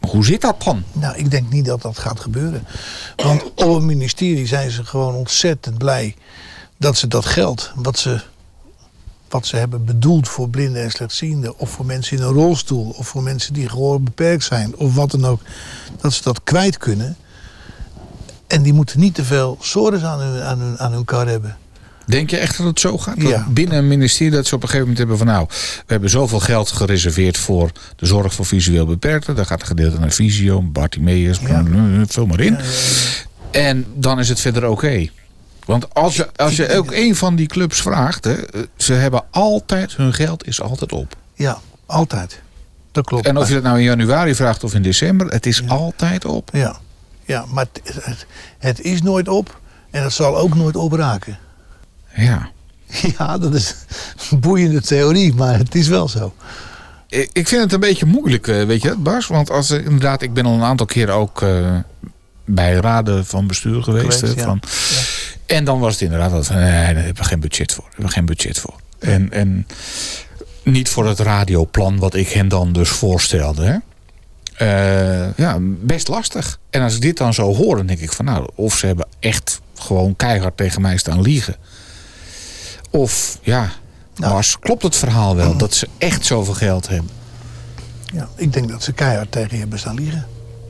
Hoe zit dat dan? Nou, ik denk niet dat dat gaat gebeuren. Want op het ministerie zijn ze gewoon ontzettend blij dat ze dat geld, wat ze hebben bedoeld voor blinden en slechtzienden, of voor mensen in een rolstoel, of voor mensen die gehoorbeperkt zijn, of wat dan ook, dat ze dat kwijt kunnen. En die moeten niet te veel sores aan hun kar hebben. Denk je echt dat het zo gaat? Ja. Dat binnen een ministerie dat ze op een gegeven moment hebben van nou, we hebben zoveel geld gereserveerd voor de zorg voor visueel beperkten. Daar gaat een gedeelte naar Visio, Bartimeus, vul maar in. Ja. En dan is het verder oké. Want als je ook een van die clubs vraagt, hè, ze hebben altijd, hun geld is altijd op. Ja, altijd. Dat klopt. En of je dat nou in januari vraagt of in december, het is altijd op. Ja, maar het is nooit op en het zal ook nooit opraken. Ja. Ja, dat is een boeiende theorie, maar het is wel zo. Ik vind het een beetje moeilijk, weet je, Bas. Want inderdaad, ik ben al een aantal keren ook bij raden van bestuur geweest. Ja. En dan was het inderdaad dat van, nee, daar hebben we geen budget voor. En niet voor het radioplan wat ik hen dan dus voorstelde. Hè? Best lastig. En als ik dit dan zo hoor, dan denk ik van nou, of ze hebben echt gewoon keihard tegen mij staan liegen. Of Bas, klopt het verhaal wel dat ze echt zoveel geld hebben? Ja, ik denk dat ze keihard tegen je hebben staan liegen.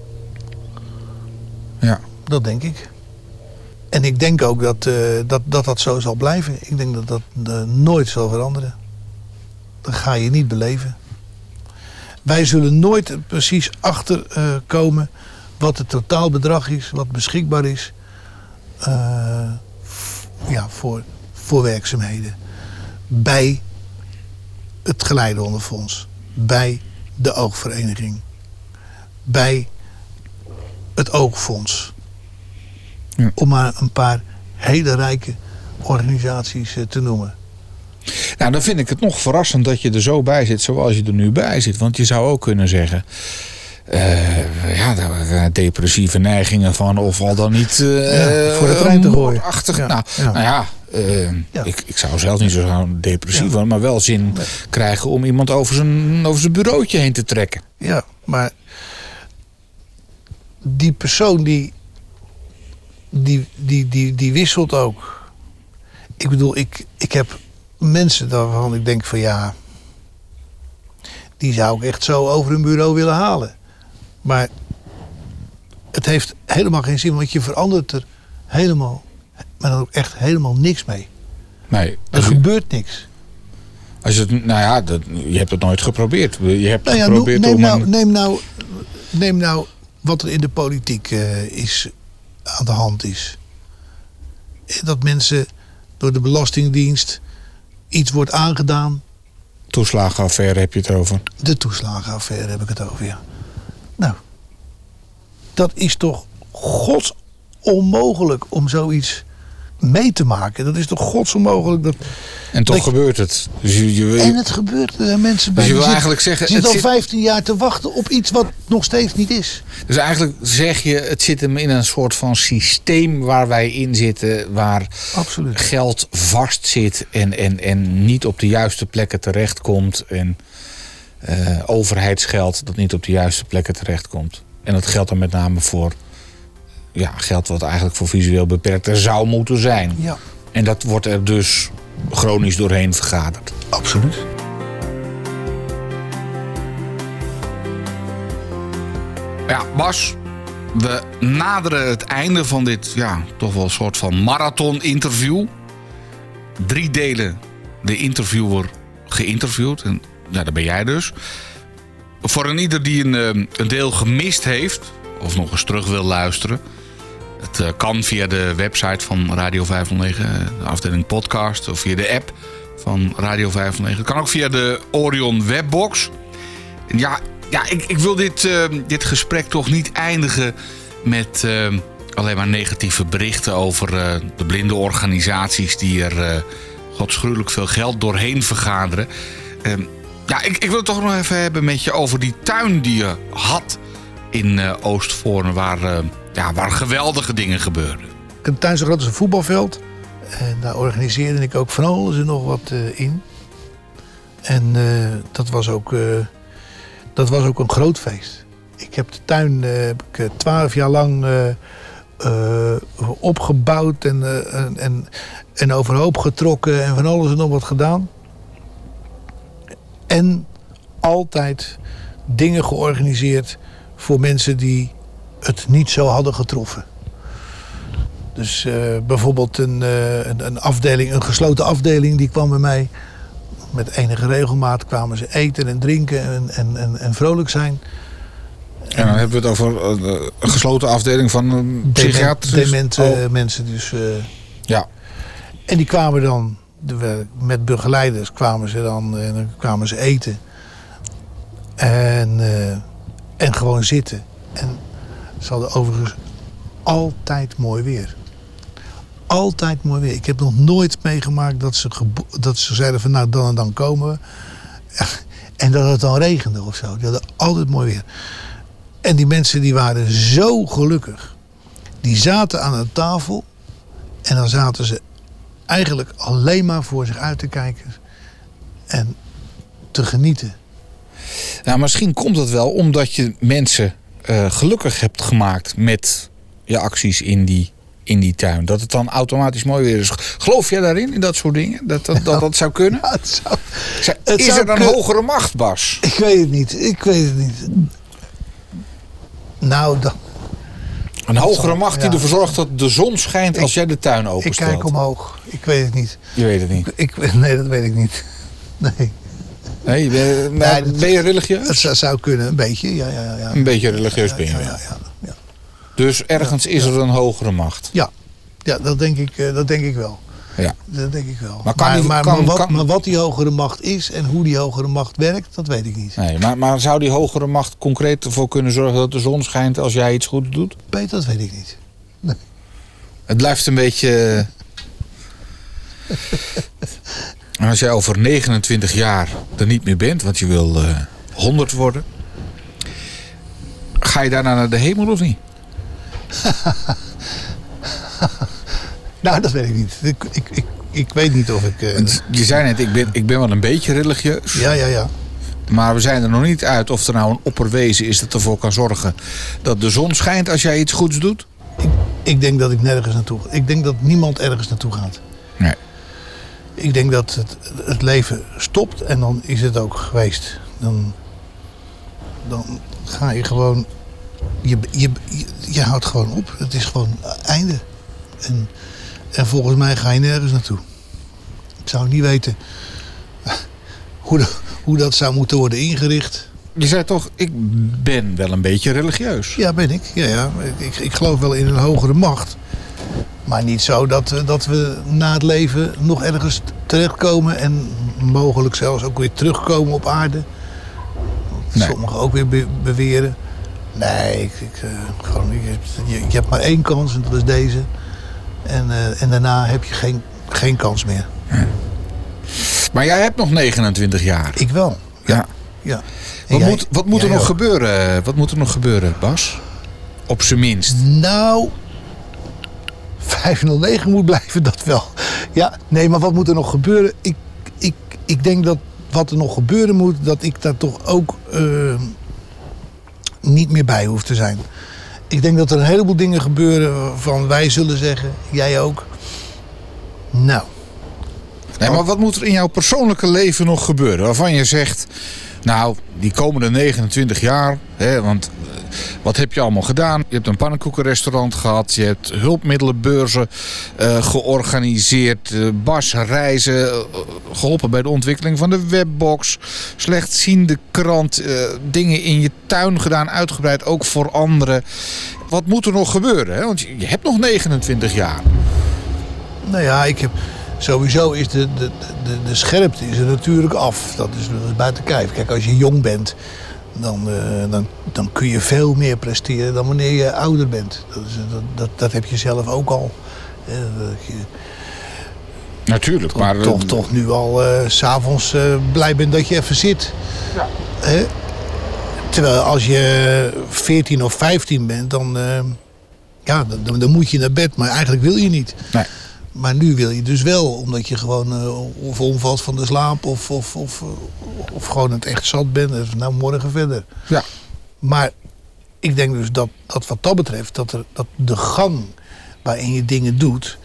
Ja. Dat denk ik. En ik denk ook dat zo zal blijven. Ik denk dat nooit zal veranderen. Dat ga je niet beleven. Wij zullen nooit precies achter komen wat het totaalbedrag is, wat beschikbaar is voor werkzaamheden. Bij het Geleidehondenfonds, bij de Oogvereniging, bij het Oogfonds. Ja. Om maar een paar hele rijke organisaties te noemen. Nou, dan vind ik het nog verrassend dat je er zo bij zit zoals je er nu bij zit. Want je zou ook kunnen zeggen, daar depressieve neigingen van of al dan niet voor de trein te gooien. Ik zou zelf niet zo depressief worden, maar wel zin krijgen om iemand over zijn bureautje heen te trekken. Ja, maar die persoon die wisselt ook. Ik bedoel, ik heb mensen waarvan ik denk van die zou ik echt zo over hun bureau willen halen. Maar het heeft helemaal geen zin, want je verandert er helemaal, maar dan ook echt helemaal niks mee. Nee, er gebeurt niks. Als je hebt het nooit geprobeerd. Je hebt geprobeerd neem nou wat er in de politiek aan de hand is. Dat mensen door de Belastingdienst iets wordt aangedaan. Toeslagenaffaire heb je het over? De toeslagenaffaire heb ik het over, ja. Nou, dat is toch godsonmogelijk om zoiets mee te maken. Dat is toch godsonmogelijk. En toch gebeurt het. Dus en het gebeurt. Mensen bij dus je wil eigenlijk zeggen, zit al 15 jaar te wachten op iets wat nog steeds niet is. Dus eigenlijk zeg je, het zit hem in een soort van systeem waar wij in zitten, waar absoluut geld vastzit en niet op de juiste plekken terechtkomt. En overheidsgeld dat niet op de juiste plekken terechtkomt. En dat geldt dan met name voor geld wat eigenlijk voor visueel beperkten zou moeten zijn. Ja. En dat wordt er dus chronisch doorheen vergaderd. Absoluut. Ja, Bas, we naderen het einde van dit toch wel een soort van marathon-interview. 3 delen de interviewer geïnterviewd. En dat ben jij dus. Voor een ieder die een deel gemist heeft of nog eens terug wil luisteren. Het kan via de website van Radio 509, de afdeling podcast, of via de app van Radio 509. Het kan ook via de Orion webbox. Ik wil dit gesprek toch niet eindigen met alleen maar negatieve berichten over de blinde organisaties die er godsgruwelijk veel geld doorheen vergaderen. Ik wil het toch nog even hebben met je over die tuin die je had in Oostvoorne, waar geweldige dingen gebeurden. Een tuin zo groot als een voetbalveld. En daar organiseerde ik ook van alles en nog wat in. En dat was ook een groot feest. Ik heb de tuin 12 jaar lang opgebouwd en overhoop getrokken en van alles en nog wat gedaan. En altijd dingen georganiseerd voor mensen die het niet zo hadden getroffen. Dus bijvoorbeeld een afdeling, een gesloten afdeling, die kwam bij mij. Met enige regelmaat kwamen ze eten en drinken en vrolijk zijn. En dan hebben we het over een gesloten afdeling van psychiatrische... Demente mensen dus. Ja. En die kwamen dan, met begeleiders kwamen ze dan, en dan kwamen ze eten. En gewoon zitten. En ze hadden overigens altijd mooi weer. Altijd mooi weer. Ik heb nog nooit meegemaakt dat ze zeiden van nou dan en dan komen we. En dat het dan regende of zo. Die hadden altijd mooi weer. En die mensen die waren zo gelukkig. Die zaten aan een tafel. En dan zaten ze eigenlijk alleen maar voor zich uit te kijken. En te genieten. Nou, misschien komt dat wel omdat je mensen gelukkig hebt gemaakt met je acties in die tuin. Dat het dan automatisch mooi weer is. Geloof jij daarin, in dat soort dingen? Dat zou kunnen? Ja, is er een hogere macht, Bas? Ik weet het niet. Nou, dan... Een hogere macht die ervoor zorgt dat de zon schijnt als jij de tuin openstelt. Ik kijk omhoog. Ik weet het niet. Je weet het niet? Nee, dat weet ik niet. Nee. Nee, ben je religieus? Het zou kunnen, een beetje. Ja. Een beetje religieus ben je wel. Ja. Dus ergens is er een hogere macht. Ja, dat denk ik wel. Ja. Dat denk ik wel. Maar wat die hogere macht is en hoe die hogere macht werkt, dat weet ik niet. Nee, maar zou die hogere macht concreet ervoor kunnen zorgen dat de zon schijnt als jij iets goed doet? Dat weet ik niet. Nee. Het blijft een beetje... Als jij over 29 jaar er niet meer bent, want je wil 100 worden, ga je daarna naar de hemel of niet? Nou, dat weet ik niet. Ik weet niet of ik... Je zei net, ik ben wel een beetje religieus. Ja. Maar we zijn er nog niet uit of er nou een opperwezen is dat ervoor kan zorgen dat de zon schijnt als jij iets goeds doet. Ik denk dat ik nergens naartoe ga. Ik denk dat niemand ergens naartoe gaat. Nee. Ik denk dat het leven stopt en dan is het ook geweest. Dan ga je gewoon... Je houdt gewoon op. Het is gewoon einde. En volgens mij ga je nergens naartoe. Ik zou niet weten hoe dat zou moeten worden ingericht. Je zei toch, ik ben wel een beetje religieus. Ja, ben ik. Ja. Ik geloof wel in een hogere macht. Maar niet zo dat we na het leven nog ergens terechtkomen en mogelijk zelfs ook weer terugkomen op aarde. Nee. Sommigen ook weer beweren. Nee, je hebt maar één kans en dat is deze. En daarna heb je geen kans meer. Ja. Maar jij hebt nog 29 jaar. Ik wel. Ja. Wat moet er nog gebeuren? Wat moet er nog gebeuren, Bas? Op zijn minst. Nou, 509 moet blijven, dat wel. Ja, nee, maar wat moet er nog gebeuren? Ik denk dat wat er nog gebeuren moet, dat ik daar toch ook niet meer bij hoef te zijn. Ik denk dat er een heleboel dingen gebeuren waarvan wij zullen zeggen, jij ook. Nou. Nee, maar wat moet er in jouw persoonlijke leven nog gebeuren? Waarvan je zegt, nou, die komende 29 jaar, want wat heb je allemaal gedaan? Je hebt een pannenkoekenrestaurant gehad, je hebt hulpmiddelenbeurzen georganiseerd, Bas reizen, geholpen bij de ontwikkeling van de webbox, slechtziende krant, dingen in je tuin gedaan, uitgebreid ook voor anderen. Wat moet er nog gebeuren? Want je hebt nog 29 jaar. Nou ja, sowieso is de scherpte is er natuurlijk af. Dat is buiten kijf. Kijk, als je jong bent, dan kun je veel meer presteren dan wanneer je ouder bent. Dat heb je zelf ook al. Natuurlijk, maar... Toch nu al 's avonds blij bent dat je even zit. Ja. Terwijl als je 14 of 15 bent, dan moet je naar bed. Maar eigenlijk wil je niet. Nee. Maar nu wil je dus wel, omdat je gewoon of omvalt van de slaap of gewoon het echt zat bent. Dus nou, morgen verder. Ja. Maar ik denk dus dat wat dat betreft, dat de gang waarin je dingen doet,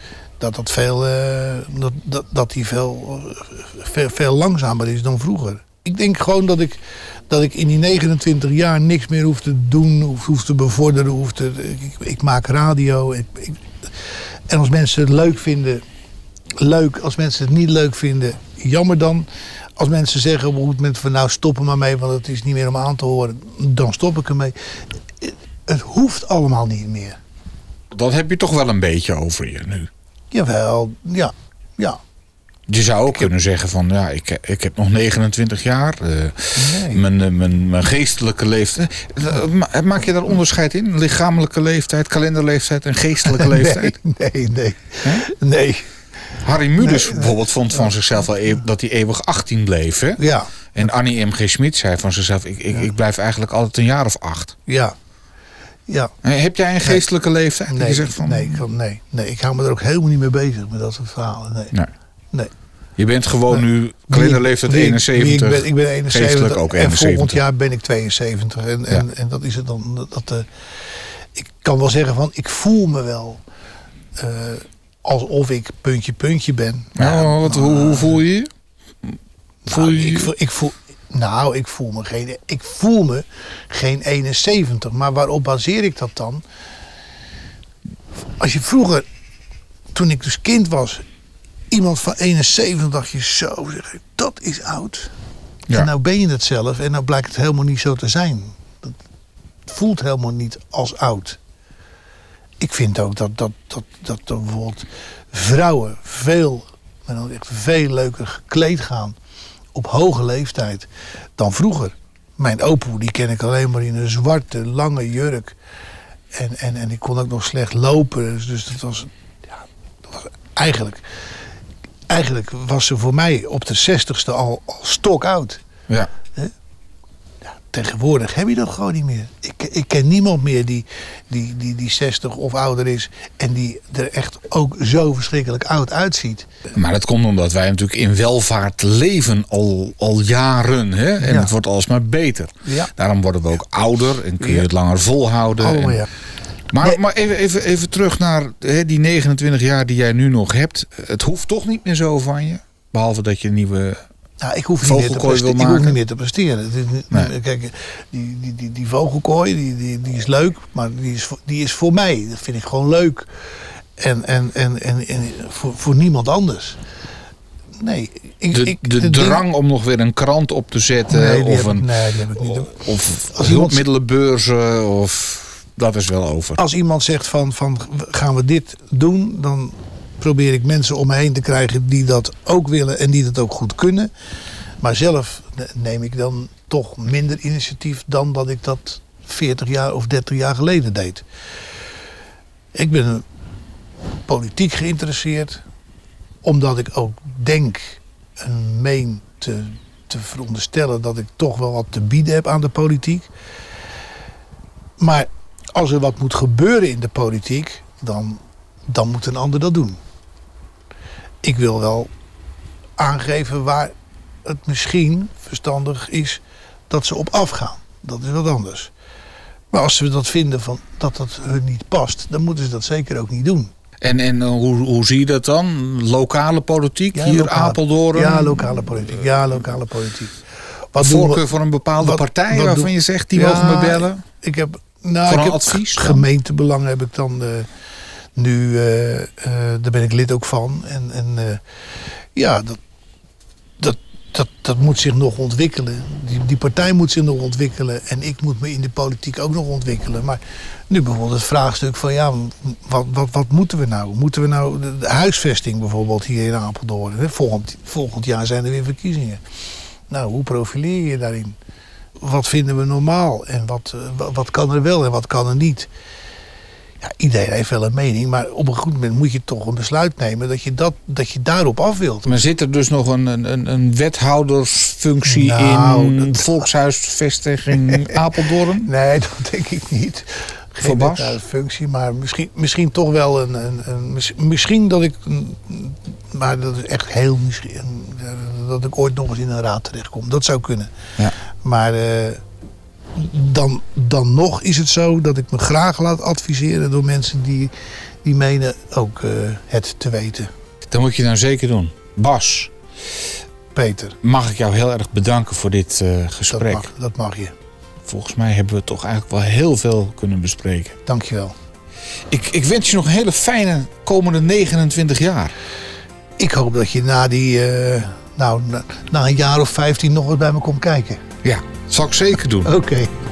dat die veel langzamer is dan vroeger. Ik denk gewoon dat ik in die 29 jaar niks meer hoef te doen, hoef te bevorderen, ik maak radio. En als mensen het leuk vinden, leuk. Als mensen het niet leuk vinden, jammer dan. Als mensen zeggen op een goed moment van nou stop er maar mee, want het is niet meer om aan te horen, dan stop ik ermee. Het hoeft allemaal niet meer. Dat heb je toch wel een beetje over je nu? Jawel, ja. Je zou ook kunnen zeggen van ja, ik heb nog 29 jaar. Nee. Mijn geestelijke leeftijd. Maak je daar onderscheid in? Lichamelijke leeftijd, kalenderleeftijd en geestelijke leeftijd? Nee. Harry Mulisch bijvoorbeeld vond van zichzelf wel dat hij eeuwig 18 bleef. Hè? Ja. En Annie M.G. Schmid zei van zichzelf, ik blijf eigenlijk altijd een jaar of 8. Ja. Heb jij een geestelijke leeftijd? Nee, je zegt van, nee, ik hou me er ook helemaal niet mee bezig met dat soort verhalen. Nee. Je bent gewoon nu kalenderleeftijd 71. Ik ben 71. Geestelijk ook 71. En volgend jaar ben ik 72. En dat is het dan. Ik kan wel zeggen van, ik voel me wel alsof ik puntje ben. Hoe voel je je? Ik voel me geen 71. Maar waarop baseer ik dat dan? Als je vroeger, toen ik dus kind was, iemand van 71 dacht je zo, dat is oud. Ja. En nou ben je het zelf en nou blijkt het helemaal niet zo te zijn. Het voelt helemaal niet als oud. Ik vind ook dat bijvoorbeeld vrouwen echt veel leuker gekleed gaan op hoge leeftijd dan vroeger. Mijn opoe, die ken ik alleen maar in een zwarte, lange jurk. En ik kon ook nog slecht lopen. Dus dat was eigenlijk was ze voor mij op de 60ste al stokoud. Ja. Tegenwoordig heb je dat gewoon niet meer. Ik ken niemand meer die 60 of ouder is en die er echt ook zo verschrikkelijk oud uitziet. Maar dat komt omdat wij natuurlijk in welvaart leven al jaren. Hè? En het wordt alsmaar beter. Ja. Daarom worden we ook ouder en kun je het langer volhouden. Maar even terug naar die 29 jaar die jij nu nog hebt. Het hoeft toch niet meer zo van je? Behalve dat je een nieuwe ik hoef niet meer te presteren. Nee. Kijk, die vogelkooi, die is leuk, maar die is voor mij. Dat vind ik gewoon leuk. En voor niemand anders. Nee. De drang om nog weer een krant op te zetten. Die heb ik niet. Of hulpmiddelenbeurzen. Of dat is wel over. Als iemand zegt van gaan we dit doen, dan probeer ik mensen om me heen te krijgen die dat ook willen en die dat ook goed kunnen. Maar zelf neem ik dan toch minder initiatief dan dat ik dat 40 jaar of 30 jaar geleden deed. Ik ben politiek geïnteresseerd, omdat ik ook denk en meen te veronderstellen dat ik toch wel wat te bieden heb aan de politiek. Maar als er wat moet gebeuren in de politiek, dan moet een ander dat doen. Ik wil wel aangeven waar het misschien verstandig is dat ze op afgaan. Dat is wat anders. Maar als ze dat vinden dat hun niet past, dan moeten ze dat zeker ook niet doen. En hoe zie je dat dan? Lokale politiek? Hier Apeldoorn? Ja, lokale politiek. Wat voorkeur voor een bepaalde partij waarvan je zegt, die mogen me bellen? Ik heb advies? Gemeentebelang heb ik dan nu, daar ben ik lid ook van. Dat moet zich nog ontwikkelen. Die partij moet zich nog ontwikkelen. En ik moet me in de politiek ook nog ontwikkelen. Maar nu bijvoorbeeld het vraagstuk van wat moeten we nou? Moeten we nou de huisvesting bijvoorbeeld hier in Apeldoorn? Volgend jaar zijn er weer verkiezingen. Nou, hoe profileer je je daarin? Wat vinden we normaal? En wat kan er wel en wat kan er niet? Ja, iedereen heeft wel een mening, maar op een goed moment moet je toch een besluit nemen dat je daarop af wilt. Maar zit er dus nog een wethoudersfunctie in volkshuisvestiging Apeldoorn? Nee, dat denk ik niet. Geen wethoudersfunctie, maar misschien toch wel misschien dat ik, maar dat is echt heel misschien, dat ik ooit nog eens in een raad terechtkom. Dat zou kunnen. Ja. Maar dan nog is het zo dat ik me graag laat adviseren door mensen die menen ook het te weten. Dat moet je nou zeker doen. Bas, Peter. mag ik jou heel erg bedanken voor dit gesprek. Dat mag je. Volgens mij hebben we toch eigenlijk wel heel veel kunnen bespreken. Dankjewel. Ik wens je nog een hele fijne komende 29 jaar. Ik hoop dat je na een jaar of 15 nog eens bij me komt kijken. Ja, zal ik zeker doen. Oké.